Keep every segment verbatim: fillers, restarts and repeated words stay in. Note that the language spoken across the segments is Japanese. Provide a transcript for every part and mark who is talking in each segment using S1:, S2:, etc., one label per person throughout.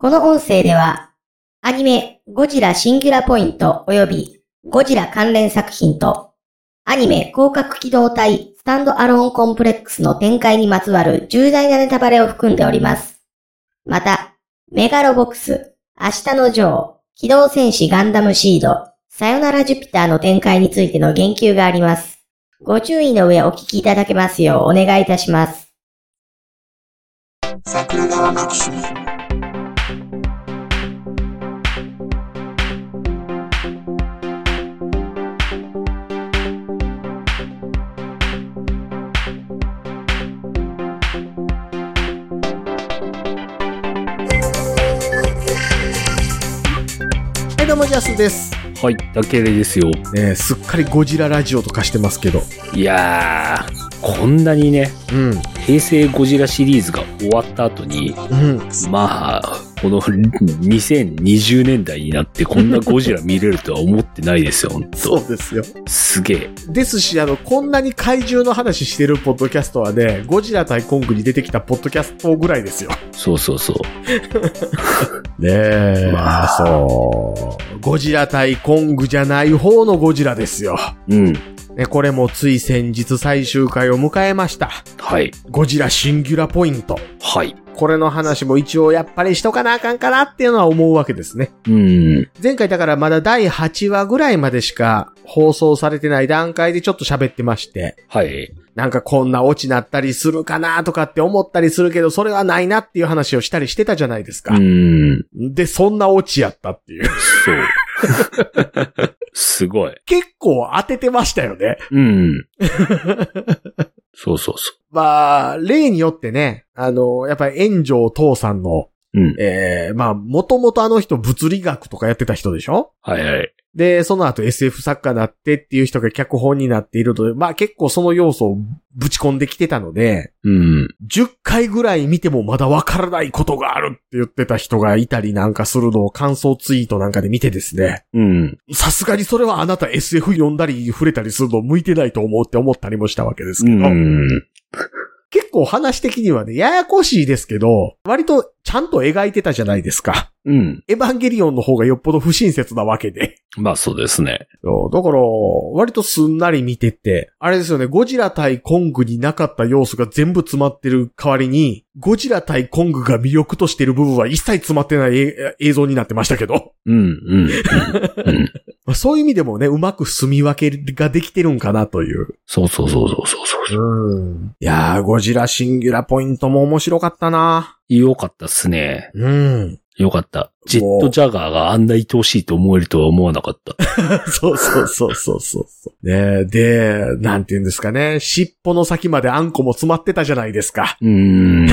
S1: この音声では、アニメゴジラシンギュラポイント及びゴジラ関連作品と、アニメ広角機動隊スタンドアローンコンプレックスの展開にまつわる重大なネタバレを含んでおります。また、メガロボックス、明日のジョー、機動戦士ガンダムシード、さよならジュピターの展開についての言及があります。ご注意の上お聞きいただけますようお願いいたします。
S2: 桜川マキシム
S3: どうもジャスです。
S4: はい、だけれですよ。
S3: ねえ、すっかりゴジララジオとかしてますけど。
S4: いやー、こんなにね、
S3: うん、
S4: 平成ゴジラシリーズが終わった後に、
S3: うん、
S4: まあ、このにせんにじゅうねんだいになってこんなゴジラ見れるとは思ってないですよ、本当。
S3: そうですよ。
S4: すげえ。です
S3: し、あの、こんなに怪獣の話してるポッドキャストはね、ゴジラ対コングに出てきたポッドキャストぐらいですよ。
S4: そうそうそう。
S3: ねえ、まあ、そう。ゴジラ対コングじゃない方のゴジラですよ。
S4: うん。
S3: ね、これもつい先日最終回を迎えました。
S4: はい。
S3: ゴジラシンギュラポイント。
S4: はい。
S3: これの話も一応やっぱりしとかなあかんかなっていうのは思うわけですね。
S4: うん。
S3: 前回だからまだだいはちわぐらいまでしか放送されてない段階でちょっと喋ってまして。
S4: はい。
S3: なんかこんなオチなったりするかなとかって思ったりするけど、それはないなっていう話をしたりしてたじゃないですか。
S4: うん。
S3: で、そんなオチやったっていう。
S4: そう。すごい。
S3: 結構当ててましたよね。
S4: うん。そうそうそう。
S3: まあ、例によってね、あの、やっぱり炎上父さんの、
S4: うん、
S3: ええー、まあ、もともとあの人物理学とかやってた人でしょ？
S4: はいはい。
S3: で、その後 エスエフ 作家になってっていう人が脚本になっているので、まあ結構その要素をぶち込んできてたので、
S4: うん。
S3: じゅっかいぐらい見てもまだわからないことがあるって言ってた人がいたりなんかするのを感想ツイートなんかで見てですね。
S4: うん。
S3: さすがにそれはあなた エスエフ 読んだり触れたりするの向いてないと思うって思ったりもしたわけですけど。
S4: うん。
S3: 結構話的にはね、ややこしいですけど、割とちゃんと描いてたじゃないですか。
S4: うん。
S3: エヴァンゲリオンの方がよっぽど不親切なわけで。
S4: まあそうですね。
S3: だから、割とすんなり見てて、あれですよね、ゴジラ対コングになかった要素が全部詰まってる代わりに、ゴジラ対コングが魅力としてる部分は一切詰まってない映像になってましたけど。
S4: うん、うん、
S3: うん。そういう意味でもね、うまく住み分けができてるんかなという。
S4: そうそうそうそうそうそう。
S3: うん。いやー、ゴジラシンギュラポイントも面白かったな。
S4: よかったっすね。
S3: うん。
S4: よかった。ジェットジャガーがあんな愛おしいと思えるとは思わなかった。
S3: そうそうそうそうそう。ねで、なんて言うんですかね。尻尾の先まであんこも詰まってたじゃないですか。
S4: うーん。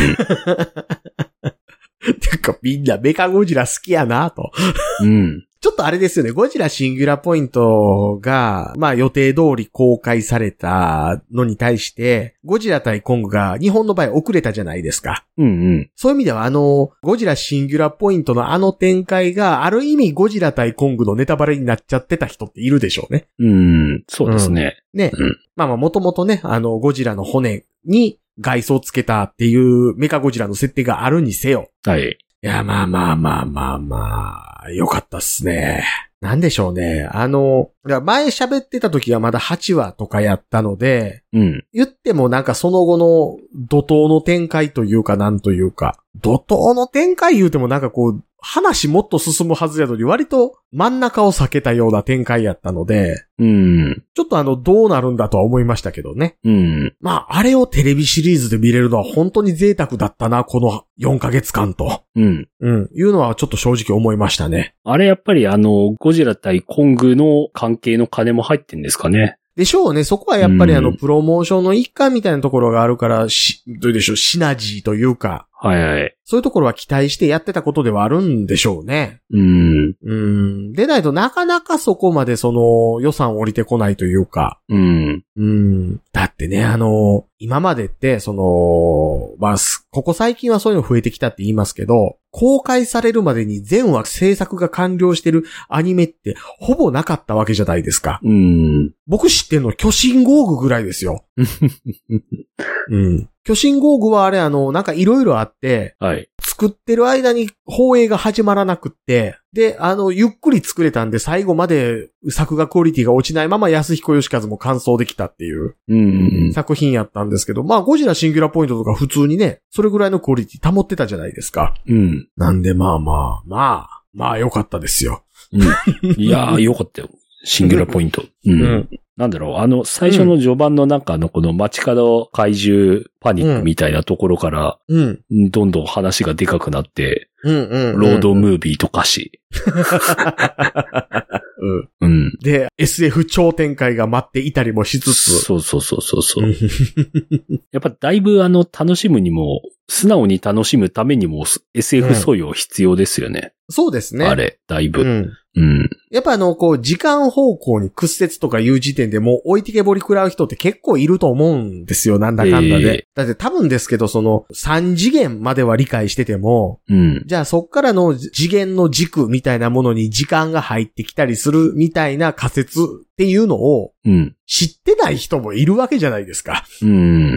S3: てかみんなメカゴジラ好きやなと。
S4: うん。
S3: ちょっとあれですよね、ゴジラシンギュラポイントが、まあ予定通り公開されたのに対して、ゴジラ対コングが日本の場合遅れたじゃないですか。
S4: うんうん。
S3: そういう意味ではあの、ゴジラシンギュラポイントのあの展開がある意味ゴジラ対コングのネタバレになっちゃってた人っているでしょうね。
S4: うん、そうですね。
S3: うん、ね、うん。まあまあもともとね、あの、ゴジラの骨に外装つけたっていうメカゴジラの設定があるにせよ。
S4: はい。
S3: いや、まあまあまあまあまあ、よかったっすね。なんでしょうね。あの、前喋ってた時がまだはちわとかやったので、
S4: うん。
S3: 言ってもなんかその後の怒涛の展開というかなんというか、怒涛の展開言うてもなんかこう、話もっと進むはずやのに割と真ん中を避けたような展開やったので、
S4: うん。
S3: ちょっとあの、どうなるんだとは思いましたけどね。
S4: うん。
S3: まあ、あれをテレビシリーズで見れるのは本当に贅沢だったな、このよんかげつかんと。
S4: うん。
S3: うん。いうのはちょっと正直思いましたね。
S4: あれやっぱりあの、ゴジラ対コングの関係の金も入ってんですかね。
S3: でしょうね。そこはやっぱりあの、プロモーションの一環みたいなところがあるから、し、どうでしょう、シナジーというか。
S4: はいはい。
S3: そういうところは期待してやってたことではあるんでしょうね。
S4: うん。
S3: うん。でないとなかなかそこまでその予算降りてこないというか。
S4: うん。
S3: うん。だってね、あの、今までって、その、まあ、ここ最近はそういうの増えてきたって言いますけど、公開されるまでに全話制作が完了してるアニメってほぼなかったわけじゃないですか。
S4: うん。
S3: 僕知ってんの巨神ゴーグぐらいですよ。うん。巨神ゴーグはあれあの、なんかいろいろあって、
S4: はい。 はい。
S3: 作ってる間に放映が始まらなくって、で、あの、ゆっくり作れたんで最後まで作画クオリティが落ちないまま安彦義和も完走できたっていう
S4: うん。
S3: 作品やったんですけど、まあゴジラシンギュラポイントとか普通にね、それぐらいのクオリティ保ってたじゃないですか。
S4: うん。
S3: なんでまあまあ、まあ、まあ良かったですよ。
S4: うん。いやー、よかったよ。シンギュラポイント。うん。
S3: うん
S4: なんだろう、あの、最初の序盤のなんかあの、この街角怪獣パニックみたいなところから、
S3: うん。
S4: どんどん話がでかくなって、
S3: うんうんうんうん。
S4: ロードムービーとかし。
S3: うん。
S4: うん。
S3: で、エスエフ 超展開が待っていたりもしつつ。
S4: そうそうそうそうそう。やっぱだいぶあの、楽しむにも、素直に楽しむためにも エスエフ 素養必要ですよね。
S3: そうですね。
S4: あれ、だいぶ。
S3: うん。
S4: うん。
S3: やっぱあの、こう、時間方向に屈折とかいう時点でもう置いてけぼり食らう人って結構いると思うんですよ、なんだかんだで。えー、だって多分ですけど、その、三次元までは理解してても、
S4: うん。
S3: じゃあそっからの次元の軸みたいなものに時間が入ってきたりするみたいな仮説っていうのを、
S4: うん。
S3: 知ってない人もいるわけじゃないですか。
S4: うん。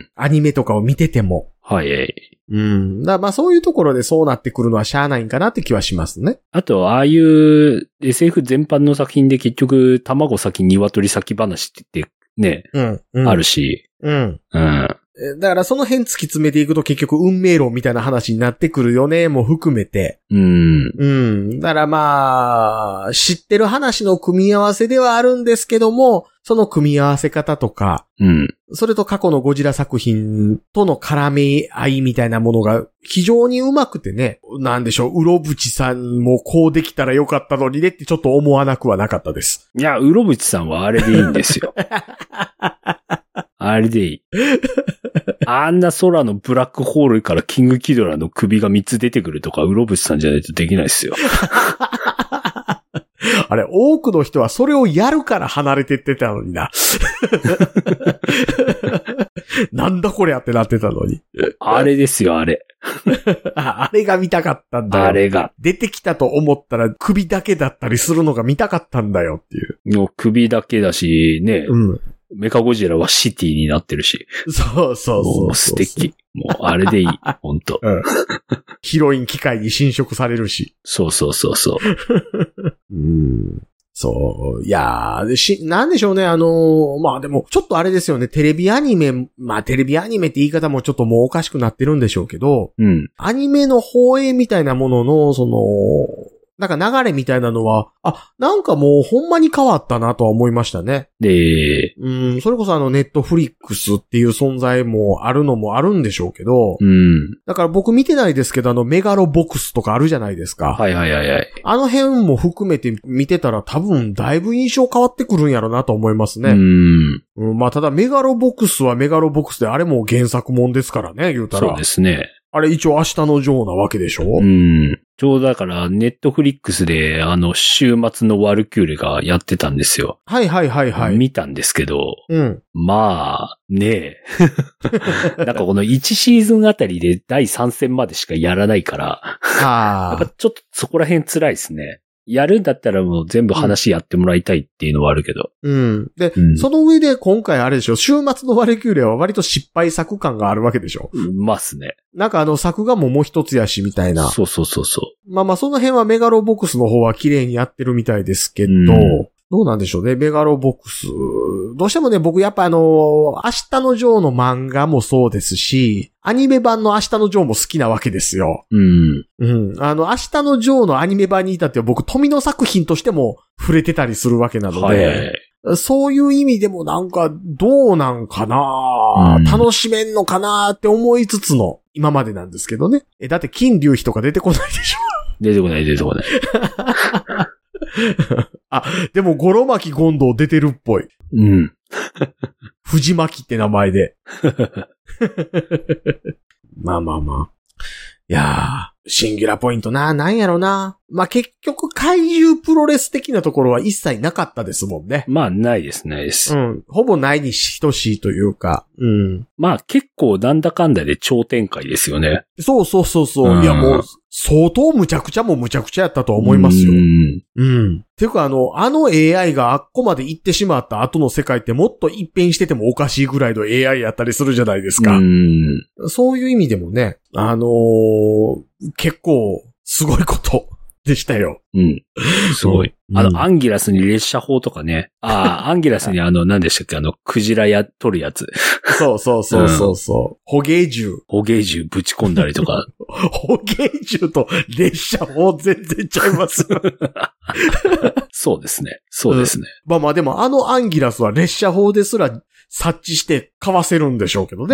S3: アニメとかを見てても。
S4: はい。
S3: うん。だからまあそういうところでそうなってくるのはしゃあないんかなって気はしますね。
S4: あと、ああいう エスエフ 全般の作品で結局、卵先、鶏先話ってね、
S3: うんうん、
S4: あるし。
S3: うん。
S4: うん。
S3: だからその辺突き詰めていくと結局運命論みたいな話になってくるよね、も含めて。
S4: うん。
S3: うん。だからまあ、知ってる話の組み合わせではあるんですけども、その組み合わせ方とか、
S4: うん。
S3: それと過去のゴジラ作品との絡め合いみたいなものが非常にうまくてね、なんでしょう、うろぶちさんもこうできたらよかったのにねってちょっと思わなくはなかったです。
S4: いや、うろぶちさんはあれでいいんですよ。あれでいい。あんな空のブラックホールからキングキドラの首がみっつ出てくるとか、うろぶちさんじゃないとできないですよ。
S3: あれ、多くの人はそれをやるから離れてってたのにな。なんだこりゃってなってたのに。
S4: あれですよ、あれ。
S3: あ, あれが見たかったんだよ。
S4: あれが。
S3: 出てきたと思ったら首だけだったりするのが見たかったんだよっていう。
S4: もう首だけだし、ね。
S3: うん。
S4: メカゴジラはシティになってるし。
S3: そうそうそうそう。
S4: もう素敵。もうあれでいい。ほんと。
S3: うん。ヒロイン機械に侵食されるし。
S4: そうそうそうそう。
S3: うん。そう。いやー、し、なんでしょうね、あのー、まあでも、ちょっとあれですよね、テレビアニメ、まあテレビアニメって言い方もちょっともうおかしくなってるんでしょうけど、
S4: うん。
S3: アニメの放映みたいなものの、その、なんか流れみたいなのは、あ、なんかもうほんまに変わったなとは思いましたね。
S4: で、
S3: うん、それこそあのネットフリックスっていう存在もあるのもあるんでしょうけど、
S4: うん。
S3: だから僕見てないですけど、あのメガロボックスとかあるじゃないですか。
S4: はいはいはいはい。
S3: あの辺も含めて見てたら多分だいぶ印象変わってくるんやろなと思いますね。
S4: うん。
S3: うん、まあただメガロボックスはメガロボックスであれも原作もんですからね、言うたら。
S4: そうですね。
S3: あれ一応明日のジョーなわけでしょ？
S4: うん。ちょうどだから、ネットフリックスで、あの、週末のワルキューレがやってたんですよ。
S3: はいはいはいはい。
S4: 見たんですけど、
S3: うん。
S4: まあ、ねえ。なんかこのいちシーズンあたりでだいさん戦までしかやらないから、
S3: あ
S4: やっぱちょっとそこら辺辛いですね。やるんだったらもう全部話やってもらいたいっていうのはあるけど。
S3: うん。で、
S4: うん、
S3: その上で今回あれでしょ、週末のワルキューレは割と失敗作感があるわけでしょ。
S4: うん、ますね。
S3: なんかあの作画ももう一つやしみたいな。
S4: そうそうそうそう。
S3: まあまあその辺はメガロボックスの方は綺麗にやってるみたいですけど、うん、どうなんでしょうね、メガロボックス。どうしてもね、僕やっぱあの、明日のジョーの漫画もそうですし、アニメ版の明日のジョーも好きなわけですよ。
S4: うん。
S3: うん。あの、明日のジョーのアニメ版にいたって僕、富の作品としても触れてたりするわけなので、はいはいはい、そういう意味でもなんか、どうなんかな、うん、楽しめんのかなって思いつつの、今までなんですけどね。え、だって金龍飛とか出てこないでしょ。
S4: 出てこない、出てこない。
S3: あ、でも、ゴロマキゴンドウ出てるっぽい。
S4: うん。
S3: 藤巻って名前で。まあまあまあ。いやー、シンギュラポイントな、なんやろな。まあ結局怪獣プロレス的なところは一切なかったですもんね。
S4: まあないです、ないです。
S3: うん。ほぼないに等しいというか。うん。
S4: まあ結構なんだかんだで超展開ですよね。
S3: そうそうそうそう。うん、いやもう、相当むちゃくちゃもむちゃくちゃやったと思いますよ。うん。うん。ていうかあの、あの エーアイ があっこまで行ってしまった後の世界ってもっと一変しててもおかしいぐらいの エーアイ やったりするじゃないですか。うん。そういう意味でもね、あのー、 結構、すごいことでしたよ。
S4: うん。すごい。
S3: うん、
S4: あの、アンギラスに列車砲とかね。ああ、アンギラスにあの、何でしたっけあの、クジラや、取るやつ。
S3: そうそうそうそうそう。捕鯨銃。
S4: 捕鯨銃ぶち込んだりとか。
S3: 捕鯨銃と列車砲全然ちゃいます。
S4: そうですね。そうですね。
S3: うん、まあまあでもあのアンギラスは列車砲ですら察知してかわせるんでしょうけどね。
S4: うん。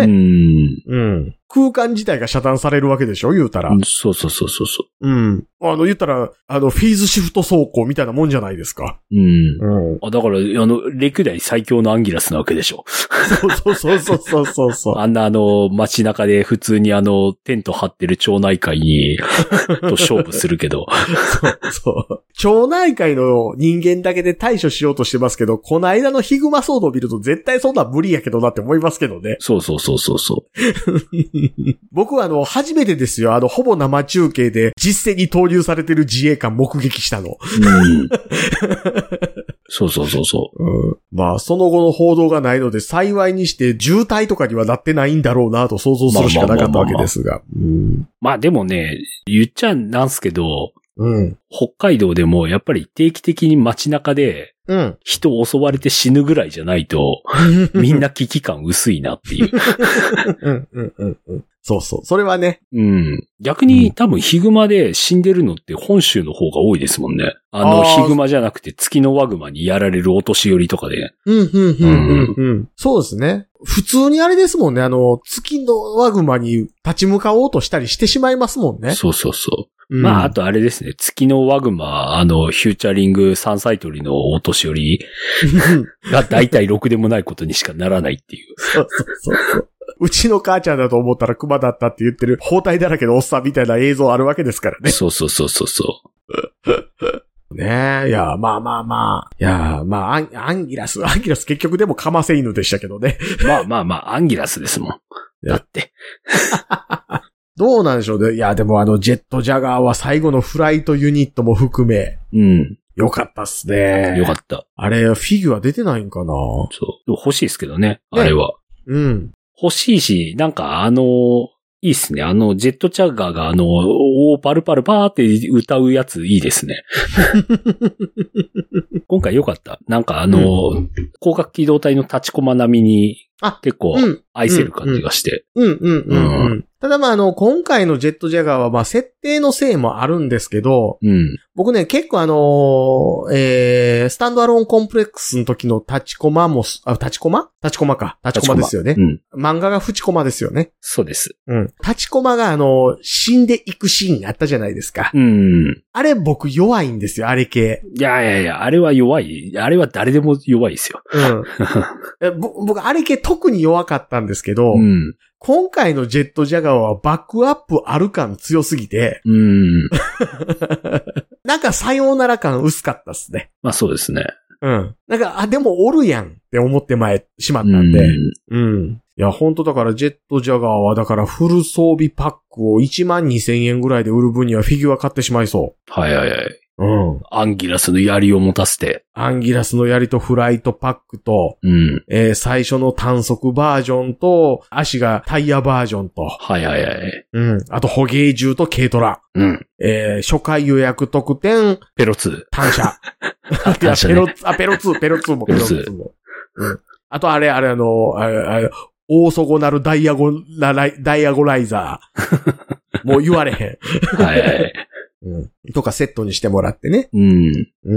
S3: うん。空間自体が遮断されるわけでしょ言うたら。
S4: そうそうそうそうそう。
S3: うん。あの、言ったら、あの、フェーズシフト走行みたいなもんじゃないですか。
S4: うん。
S3: うん。
S4: あ、だから、あの、歴代最強のアンギラスなわけでしょ。
S3: そうそうそうそうそうそう。
S4: あんなあの、街中で普通にあの、テント張ってる町内会に、と勝負するけど。
S3: そうそう。町内会の人間だけで対処しようとしてますけど、この間のヒグマ騒動を見ると絶対そんな無理やけどなって思いますけどね。
S4: そうそうそうそうそう。
S3: 僕はあの、初めてですよ。あの、ほぼ生中継で実践に投入されてる自衛官目撃したの。
S4: うん、そうそうそうそう、
S3: うん。まあ、その後の報道がないので、幸いにして渋滞とかにはなってないんだろうなと想像するしかなかったわけですが。
S4: まあでもね、言っちゃなんすけど、
S3: うん、
S4: 北海道でもやっぱり定期的に街中で、うん。人を襲われて死ぬぐらいじゃないと、みんな危機感薄いなっていう。
S3: うんうんうんうん。そうそう。それはね。
S4: うん。逆に多分ヒグマで死んでるのって本州の方が多いですもんね。あの、ヒグマじゃなくて月のワグマにやられるお年寄りとかで。
S3: うん、うん、うん、うん、うん。そうですね。普通にあれですもんね。あの、月のワグマに立ち向かおうとしたりしてしまいますもんね。
S4: そうそうそう。うん、まあ、あとあれですね。月のワグマ、あの、フューチャリング山菜採りのお年寄りが大体ろくでもないことにしかならないっていう。
S3: そうそうそうそう。うちの母ちゃんだと思ったら熊だったって言ってる包帯だらけのおっさんみたいな映像あるわけですからね。
S4: そうそうそうそうそう。
S3: ねえ、いや、まあまあまあ。いや、まあアン、アンギラス、アンギラス結局でもカマセイヌでしたけどね。
S4: まあまあまあ、アンギラスですもん。だって。
S3: どうなんでしょうね。いや、でもあの、ジェットジャガーは最後のフライトユニットも含め。
S4: うん。
S3: よかったっすね。
S4: よかった。
S3: あれ、フィギュア出てないんかな？
S4: そう。欲しいですけどね、あれは。
S3: うん。
S4: 欲しいし、なんかあの、いいっすね。あの、ジェットチャガーがあの、おーパルパルパーって歌うやついいですね。今回良かった。なんかあの、うん、広角機動隊の立ちコマ並みに、結構愛せる感じがして。
S3: うん、うん、うん、うん。ただまああの、今回のジェットジャガーはまあ設定のせいもあるんですけど、
S4: うん、
S3: 僕ね、結構あのー、えー、スタンドアローンコンプレックスの時の立ちコマも、あ、立ちコマ立ちコマか。立ちコマですよね。うん、漫画がフチコマですよね。
S4: そうです。
S3: うん。立ちコマがあの、死んでいくシーンあったじゃないですか。
S4: うん。
S3: あれ僕弱いんですよ、あれ系。
S4: いやいやいや、あれは弱い。あれは誰でも弱いですよ。
S3: うん。僕、あれ系特に弱かったんですけど、うん、今回のジェットジャガーはバックアップある感強すぎて、
S4: うん、
S3: なんかさようなら感薄かったっすね。
S4: まあそうですね。
S3: うん。なんか、あ、でもおるやんって思ってまえ、しまったんで。うん。うん。いや、ほんとだからジェットジャガーはだからフル装備パックをいちまんにせんえんぐらいで売る分にはフィギュア買ってしまいそう。
S4: はいはいはい。
S3: うん。
S4: アンギラスの槍を持たせて。
S3: アンギラスの槍とフライトパックと、
S4: うん。
S3: えー、最初の単速バージョンと、足がタイヤバージョンと。
S4: はいはいはい。
S3: うん。あと、捕鯨銃と軽トラ。
S4: うん。
S3: えー、初回予約特典。
S4: ペロツー。
S3: 単車。
S4: 単車ね。
S3: ペロ、あ、ペロツー、ペロツーも、ペロツーも。うん。あと、あれ、あれ、あの、あれ、あれ、大底なるダイアゴライ、ダイアゴライザー。もう言われへ
S4: ん。はいはい。
S3: うん。とかセットにしてもらってね。
S4: うん。
S3: うん。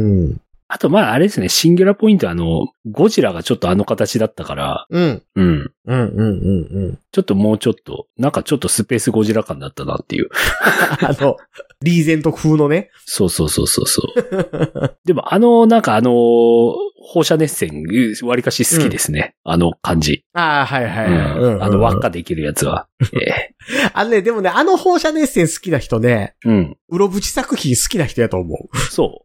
S4: あと、まあ、あれですね、シンギュラポイントはあの、ゴジラがちょっとあの形だったから、
S3: うん。
S4: うん。
S3: うん、うん、うん、うん。
S4: ちょっともうちょっと、なんかちょっとスペースゴジラ感だったなっていう。
S3: あの、リーゼント風のね。
S4: そうそうそうそうそう。でも、あの、なんかあの、放射熱線、わりかし好きですね。うん、あの感じ。
S3: ああ、はいはい、はい
S4: うんうんうん。あの、輪っかできるやつは。
S3: えー、あのね、でもね、あの放射熱線好きな人ね、
S4: うん。
S3: うろぶち作品好きな人やと思う。
S4: そう。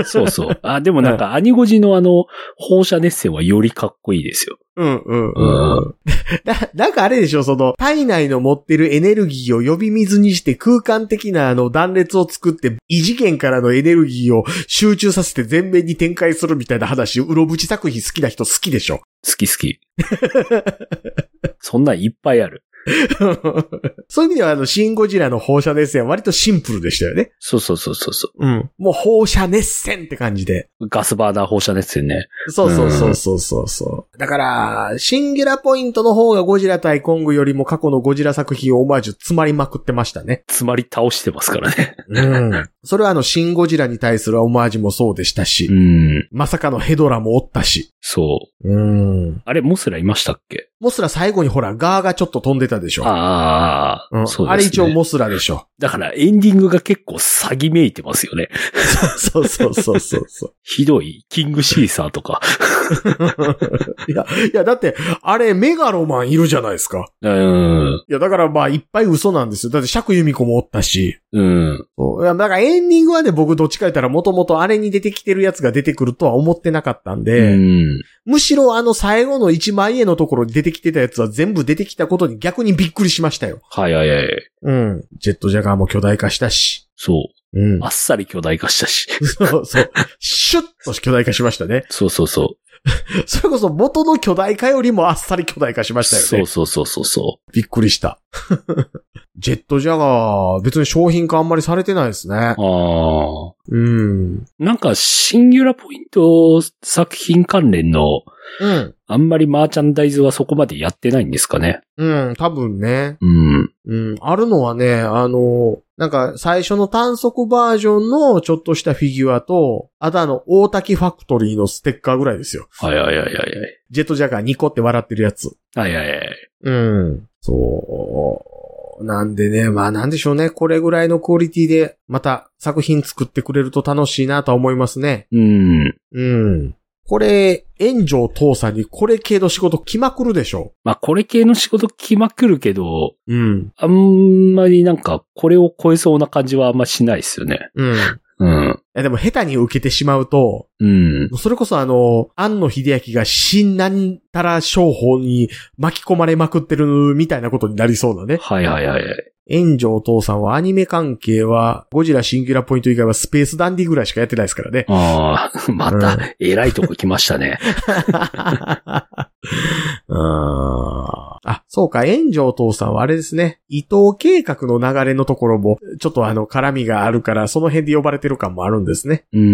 S4: そうそう。あ、でもなんか、アニゴジのあの、放射熱線はよりかっこいいですよ。
S3: うんうんうん。うん、な、なんかあれでしょ、その、体内の持ってるエネルギーを呼び水にして空間的なあの断裂を作って、異次元からのエネルギーを集中させて全面に展開するみたいな話、うろぶち作品好きな人好きでしょ。
S4: 好き好き。そんなんいっぱいある。
S3: そういう意味では、あの、シンゴジラの放射熱線は割とシンプルでしたよね。
S4: そうそうそうそうそう。
S3: うん。もう放射熱線って感じで。
S4: ガスバーナー放射熱線ね。
S3: そうそうそうそうそうそう。だから、シンギュラポイントの方がゴジラ対コングよりも過去のゴジラ作品をオマージュ詰まりまくってましたね。
S4: 詰まり倒してますからね。
S3: うん。それはあの、シンゴジラに対するオマージュもそうでしたし。
S4: うん。
S3: まさかのヘドラもおったし。
S4: そう。
S3: うん。
S4: あれ、モスラいましたっけ？
S3: モスラ最後にほら、ガーがちょっと飛んでたでしょ。
S4: ああ、
S3: うん、
S4: そうですね。
S3: あれ一応モスラでしょ。
S4: だからエンディングが結構詐欺めいてますよね。
S3: そうそうそうそうそう。
S4: ひどい。キングシーサーとか。
S3: いや、いや、だって、あれメガロマンいるじゃないですか。
S4: うん。
S3: いや、だからまあ、いっぱい嘘なんですよ。だって釈由美子もおったし。
S4: うん。
S3: そういや、だからエンディングはね、僕どっちか言ったらもともとあれに出てきてるやつが出てくるとは思ってなかったんで、
S4: うん、
S3: むしろあの最後のいちまん円のところに出てきてたやつは全部出てきたことに逆にびっくりしましたよ。
S4: はいはいはい。
S3: うん。ジェットジャガーも巨大化したし。
S4: そう。
S3: うん。
S4: あっさり巨大化したし。
S3: そうそう。シュッと巨大化しましたね。
S4: そうそうそう。
S3: それこそ元の巨大化よりもあっさり巨大化しましたよね。
S4: そうそうそうそう。
S3: びっくりした。ジェットジャガー、別に商品化あんまりされてないですね。あ
S4: あ。
S3: うん。
S4: なんか、シンギュラポイント作品関連の、
S3: うん。
S4: あんまりマーチャンダイズはそこまでやってないんですかね。
S3: うん、多分ね。
S4: うん。
S3: うん。あるのはね、あの、なんか最初の単速バージョンのちょっとしたフィギュアと、あとあの、大滝ファクトリーのステッカーぐらいですよ。
S4: はいはいはいはいはい。
S3: ジェットジャガーニコって笑ってるやつ。
S4: はいはいはい。
S3: うん。そう。なんでね、まあなんでしょうね。これぐらいのクオリティで、また作品作ってくれると楽しいなとは思いますね。
S4: うん。
S3: うん。これ、炎上父さんにこれ系の仕事来まくるでしょ。
S4: まあこれ系の仕事来まくるけど、
S3: うん。
S4: あんまりなんかこれを超えそうな感じはあんましないですよね。
S3: うん。
S4: うん。
S3: いやでも下手に受けてしまうと、
S4: うん。
S3: それこそあの、庵野秀明が新なんたら商法に巻き込まれまくってるみたいなことになりそうだね。
S4: はいはいはいはい。
S3: 炎上父さんはアニメ関係は、ゴジラシンギュラポイント以外はスペースダンディぐらいしかやってないですからね。
S4: ああ、また、偉いとこ来ましたね。
S3: あ, あ、そうか、炎上父さんはあれですね。伊藤計画の流れのところも、ちょっとあの、絡みがあるから、その辺で呼ばれてる感もあるんですね。
S4: うん。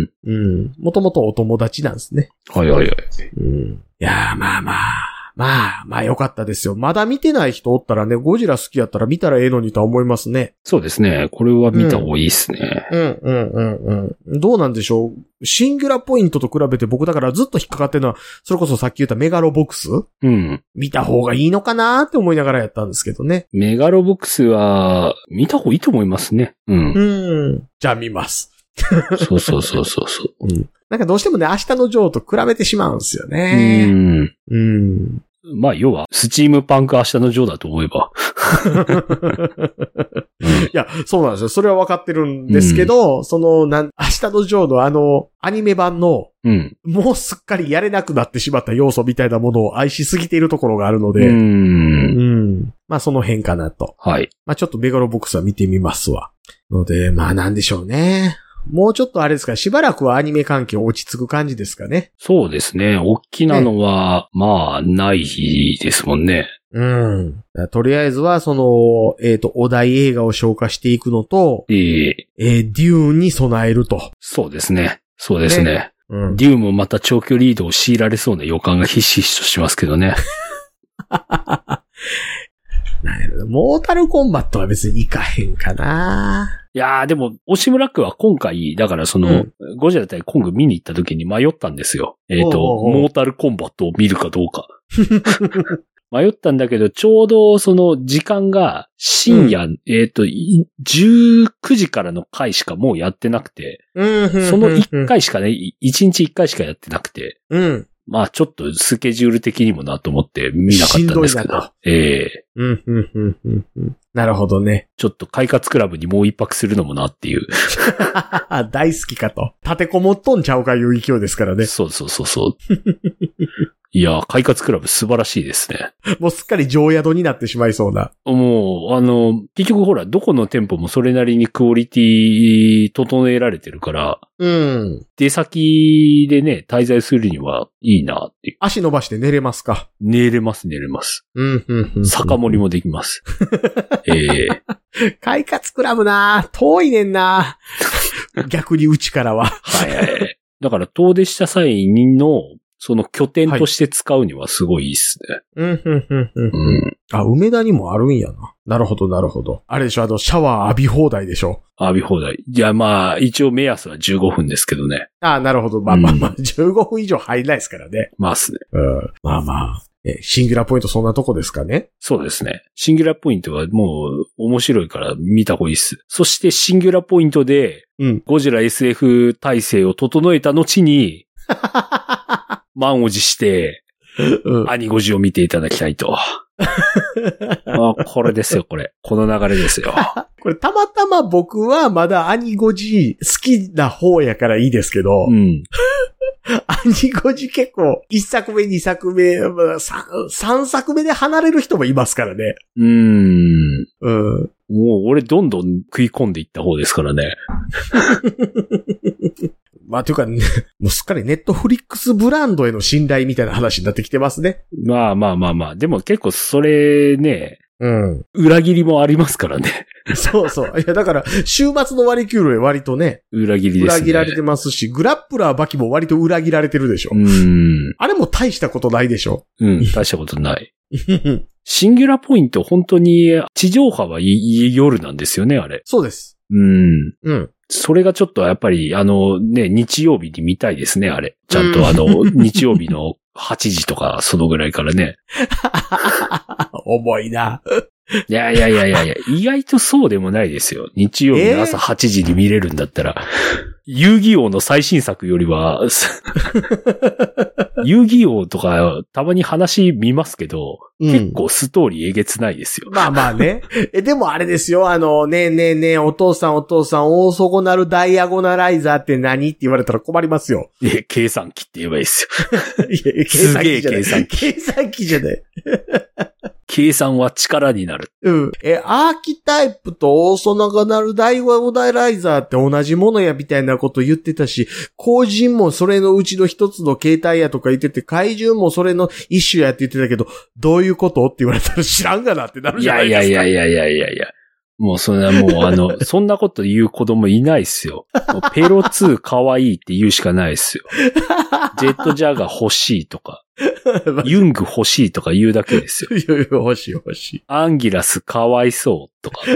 S3: うん。もともとお友達なんですね。
S4: はいはいはい。
S3: うん。いやー、まあまあ。まあ、まあよかったですよ。まだ見てない人おったらね、ゴジラ好きやったら見たらええのにとは思いますね。
S4: そうですね。これは見た方がいいっすね。
S3: うん、うん、うん、うん。どうなんでしょう。シンギュラポイントと比べて僕だからずっと引っかかってるのは、それこそさっき言ったメガロボックス？
S4: うん。
S3: 見た方がいいのかなーって思いながらやったんですけどね。
S4: メガロボックスは、見た方がいいと思いますね。うん。
S3: うん。じゃあ見ます。
S4: そうそうそうそうそう。
S3: うん。なんかどうしてもね、明日のジョーと比べてしまうんですよね。
S4: うん。
S3: うん。
S4: まあ、要は、スチームパンク明日のジョーだと思えば。
S3: いや、そうなんですよ。それは分かってるんですけど、うん、その、なん、明日のジョーのあの、アニメ版の、
S4: うん、
S3: もうすっかりやれなくなってしまった要素みたいなものを愛しすぎているところがあるので、
S4: うん。
S3: うん。まあ、その辺かなと。
S4: はい。
S3: まあ、ちょっとメガロボックスは見てみますわ。ので、まあ、なんでしょうね。もうちょっとあれですか、しばらくはアニメ関係落ち着く感じですかね。
S4: そうですね。大きなのは、ね、まあ、ないですもんね。
S3: うん。とりあえずは、その、えっと、お題映画を消化していくのと、
S4: えー、
S3: えー、デューンに備えると。
S4: そうですね。そうですね。ね、
S3: うん、
S4: デューンもまた長距離移動を強いられそうな予感がひしひしとしますけどね。
S3: モータルコンバットは別にいかへんかな。
S4: いやーでも、オシムラックは今回、だからその、うん、ゴジラ対コング見に行った時に迷ったんですよ。えっと、モータルコンバットを見るかどうか。迷ったんだけど、ちょうどその時間が深夜、うん、えっと、じゅうくじからの回しかもうやってなくて、そのいっかいしかね、いちにちいっかいしかやってなくて、
S3: うん、
S4: まあちょっとスケジュール的にもなと思って見なかったんですけど。ええ
S3: ーうんうんうんうんうん。なるほどね。
S4: ちょっと快活クラブにもう一泊するのもなっていう。
S3: 大好きかと。立てこもっとんちゃうかいう勢いですからね。
S4: そうそうそうそう。 いや、快活クラブ素晴らしいですね。
S3: もうすっかり常宿になってしまいそうな。
S4: もう、あの、結局ほら、どこの店舗もそれなりにクオリティ整えられてるから、
S3: うん。
S4: 出先でね、滞在するにはいいなっていう。
S3: 足伸ばして寝れますか？
S4: 寝れます、寝れます。
S3: うん、うん、うん。
S4: 酒盛りもできます。ええ
S3: ー。快活クラブな遠いねんな逆にうちからは。
S4: はいはい。だから遠出した際の、その拠点として使うにはすごいいいっすね。
S3: うん、うん、うん、うん。あ、梅田にもあるんやな。なるほど、なるほど。あれでしょ、あの、シャワー浴び放題でしょ。
S4: 浴び放題。いや、まあ、一応目安はじゅうごふんですけどね。
S3: あ、なるほど。まあまあまあ、うん、じゅうごふん以上入んないですからね。
S4: まあっすね。
S3: うん。まあまあ。え、シンギュラーポイントそんなとこですかね？
S4: そうですね。シンギュラーポイントはもう面白いから見た方がいいっす。そしてシンギュラーポイントで、うん、ゴジラ エスエフ 体制を整えた後に、満を持して、うん、アニゴジを見ていただきたいと。あ、これですよ、これ。この流れですよ。
S3: これたまたま僕はまだアニゴジ好きな方やからいいですけど、うん、アニゴジ結構いっさくめ、にさくめ、さんさくめで離れる人もいますからね。
S4: うーん。
S3: うん。
S4: もう俺どんどん食い込んでいった方ですからね。
S3: まあ、というか、ね、もうすっかりネットフリックスブランドへの信頼みたいな話になってきてますね。
S4: まあまあまあまあ。でも結構それね、
S3: うん。
S4: 裏切りもありますからね。
S3: そうそう。いや、だから、週末の割り給料へ割とね。
S4: 裏切りですね。
S3: 裏切られてますし、グラップラーバキも割と裏切られてるでしょ。
S4: うん。
S3: あれも大したことないでしょ。
S4: うん、大したことない。シンギュラーポイント、本当に地上波は夜なんですよね、あれ。
S3: そうです。
S4: うん。
S3: うん。
S4: それがちょっとやっぱり、あのね、日曜日に見たいですね、あれ。ちゃんとあの、日曜日のはちじとか、そのぐらいからね。
S3: 重いな。
S4: いやいやいやいやいや、意外とそうでもないですよ。日曜日の朝はちじに見れるんだったら、えー、遊戯王の最新作よりは、遊戯王とかたまに話見ますけど、うん、結構ストーリーえげつないですよ。
S3: まあまあね。え、でもあれですよ、あの、ねえねえねえ、お父さんお父さん、オーソゴナルダイアゴナライザーって何って言われたら困りますよ。
S4: いや、計算機って言えばいいですよ。
S3: いや、計算機じゃない。すげえ計算機。計算機じゃない。
S4: 計算は力になる。
S3: うん。え、アーキタイプとオーソゴナルダイアゴナライザーって同じものやみたいなこと言ってたし、後人もそれのうちの一つの形態やとか言ってて、怪獣もそれの一種やって言ってたけど、どういうことって言われたら知らんがなってなるじゃないですか。
S4: いやいやいやいやいやいや。もうそれはもうあの、そんなこと言う子供いないっすよ。ペロツー可愛いって言うしかないっすよ。ジェットジャガー欲しいとか、ユング欲しいとか言うだけですよ。
S3: いやいや欲しい欲しい。
S4: アンギラスかわいそうとか。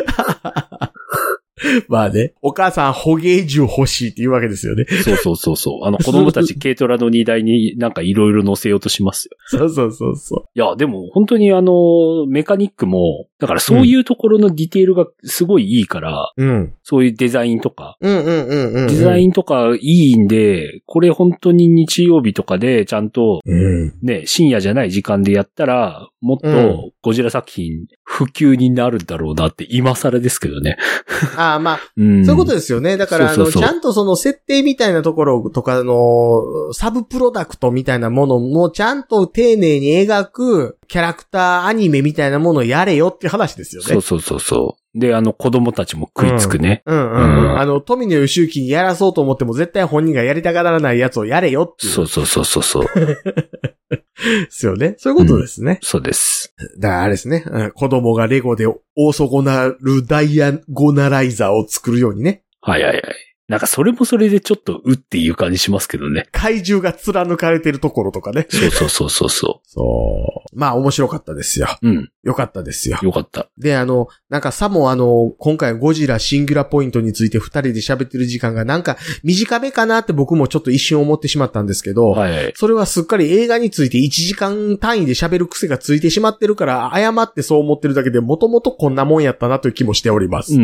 S3: まあね、お母さん捕鯨銃欲しいって言うわけですよね。
S4: そうそうそうそう。あの子供たち軽トラの荷台になんかいろいろ乗せようとしますよ。
S3: そうそうそうそう。
S4: いや、でも本当にあの、メカニックも、だからそういうところのディテールがすごいいいから、
S3: うん、
S4: そういうデザインとか、
S3: うんうんうんうんうん、
S4: デザインとかいいんで、これ本当に日曜日とかでちゃんと、
S3: うん、
S4: ね、深夜じゃない時間でやったら、もっとゴジラ作品普及になるんだろうなって今更ですけどね。
S3: ああ、まあ、
S4: うん、
S3: そういうことですよね。だから、
S4: そうそうそう、
S3: あの、ちゃんとその設定みたいなところとかの、サブプロダクトみたいなものもちゃんと丁寧に描くキャラクターアニメみたいなものをやれよっていう話ですよね。
S4: そうそうそうそう。で、あの子供たちも食いつくね。
S3: うん、うん、うん、うん。あの、富野義行にやらそうと思っても絶対本人がやりたがらないやつをやれよっていう。
S4: そうそうそうそうそう。
S3: ですよね。そういうことですね。
S4: うん、そうです。
S3: だからあれですね、うん。子供がレゴでオーソゴナルダイアゴナライザーを作るようにね。
S4: はいはいはい。なんかそれもそれでちょっとうっていう感じしますけどね。
S3: 怪獣が貫かれてるところとかね。
S4: そうそうそうそうそう。
S3: そう。まあ面白かったですよ。
S4: うん。
S3: よかったですよ。
S4: よかった。
S3: で、あの、なんかさもあの、今回ゴジラシンギュラポイントについて二人で喋ってる時間がなんか短めかなって僕もちょっと一瞬思ってしまったんですけど、
S4: はいはい、
S3: それはすっかり映画についていちじかん単位で喋る癖がついてしまってるから、誤ってそう思ってるだけでもともとこんなもんやったなという気もしております。
S4: うん。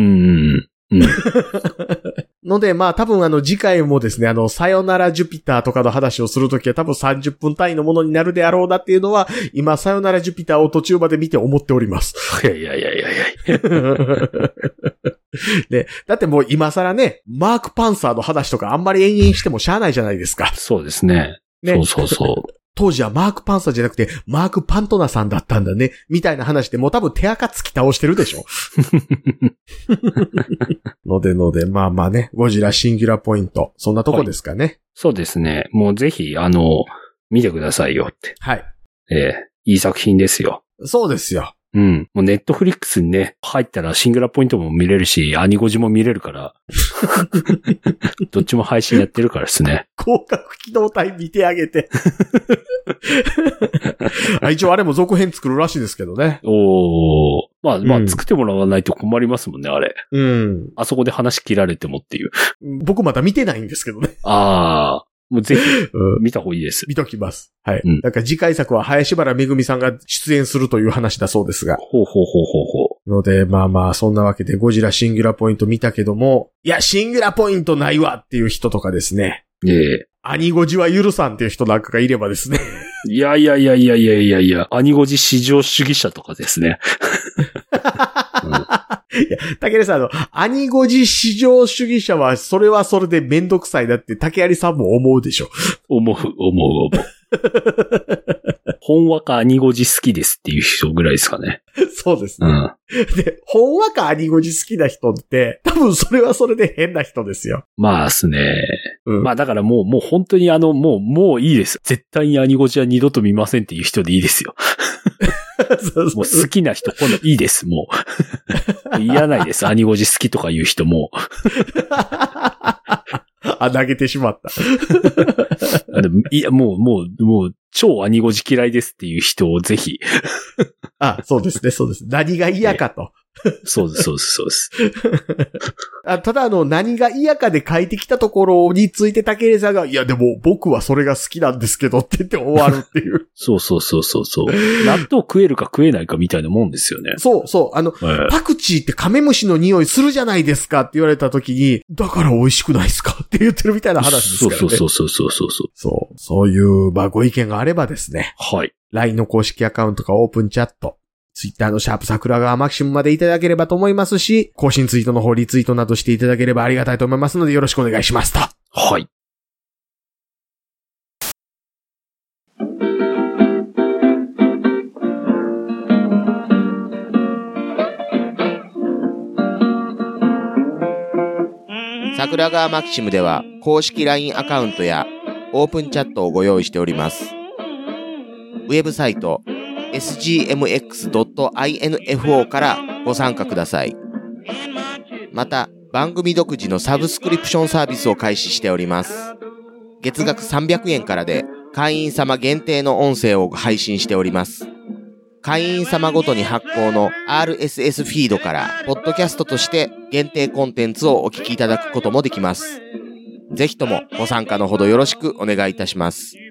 S4: うん、
S3: ので、まあ多分あの次回もですね、あの、さよならジュピターとかの話をするときは多分さんじゅっぷん単位のものになるであろうなっていうのは、今さよならジュピターを途中まで見て思っております。
S4: いやいやいやいやいや。
S3: で、だってもう今更ね、マーク・パンサーの話とかあんまり延々してもしゃあないじゃないですか。
S4: そうですね。ね。そうそうそう。
S3: 当時はマーク・パンサーじゃなくて、マーク・パントナさんだったんだね。みたいな話でもう多分手垢つき倒してるでしょ。のでので、まあまあね、ゴジラシンギュラポイント。そんなとこですかね。はい、
S4: そうですね。もうぜひ、あの、見てくださいよって。
S3: はい。
S4: ええー、いい作品ですよ。
S3: そうですよ。
S4: うん。もうネットフリックスにね、入ったらシングラポイントも見れるし、アニゴジも見れるから。どっちも配信やってるからですね。
S3: 広角機動隊見てあげて。一応あれも続編作るらしいですけどね。
S4: おー。まあまあ、作ってもらわないと困りますもんね、あれ。
S3: うん。
S4: あそこで話切られてもっていう。
S3: 僕まだ見てないんですけどね。
S4: ああ。もうぜひ、見た方がいいです。
S3: 見ときます。はい。うん、なんか次回作は林原めぐみさんが出演するという話だそうですが。
S4: ほうほうほうほうほ
S3: う。ので、まあまあ、そんなわけでゴジラシンギュラポイント見たけども、いや、シンギュラポイントないわっていう人とかですね。
S4: ええ。
S3: アニゴジは許さんっていう人なんかがいればですね。
S4: いやいやいやいやいやいやいや、アニゴジ至上主義者とかですね。
S3: うん、いや、竹根さん、あの、アニゴジ至上主義者は、それはそれでめんどくさいなって竹槍さんも思うでしょ。
S4: 思う、思う、思う。ほんわかアニゴジ好きですっていう人ぐらいですかね。
S3: そうですね。うん、で、ほんわかアニゴジ好きな人って、多分それはそれで変な人ですよ。
S4: まあっすね。うん、まあだからもう、もう本当にあの、もう、もういいです。絶対にアニゴジは二度と見ませんっていう人でいいですよ。そうそう、もう好きな人、このいいです、もう。いらないです。アニゴジ好きとか言う人も。
S3: あ、投げてしまった。
S4: あでもいや、もう、もう、もう、超アニゴジ嫌いですっていう人をぜひ。
S3: あ、そうですね、そうです。何が嫌かと。
S4: そうです、そうです、そうです。
S3: あただ、あの、何が嫌かで書いてきたところについて竹根さんが、いや、でも僕はそれが好きなんですけどって言って終わるっていう。
S4: そうそうそうそうそう。納豆食えるか食えないかみたいなもんですよね。
S3: そうそう。あの、えー、パクチーってカメムシの匂いするじゃないですかって言われた時に、だから美味しくないですかって言ってるみたいな話ですからね。
S4: そうそうそうそうそうそう。
S3: そう。そういう、まあ、ご意見があればですね。
S4: はい。
S3: ライン の公式アカウントかオープンチャット。ツイッターのシャープ桜川マキシムまでいただければと思いますし、更新ツイートの方リツイートなどしていただければありがたいと思いますのでよろしくお願いしますと。
S4: はい。
S2: 桜川マキシムでは公式 ライン アカウントやオープンチャットをご用意しております。ウェブサイトエスジーエムエックスドットアイエヌエフオー からご参加ください。また、番組独自のサブスクリプションサービスを開始しております。月額さんびゃくえんからで会員様限定の音声を配信しております。会員様ごとに発行の アールエスエス フィードからポッドキャストとして限定コンテンツをお聞きいただくこともできます。ぜひともご参加のほどよろしくお願いいたします。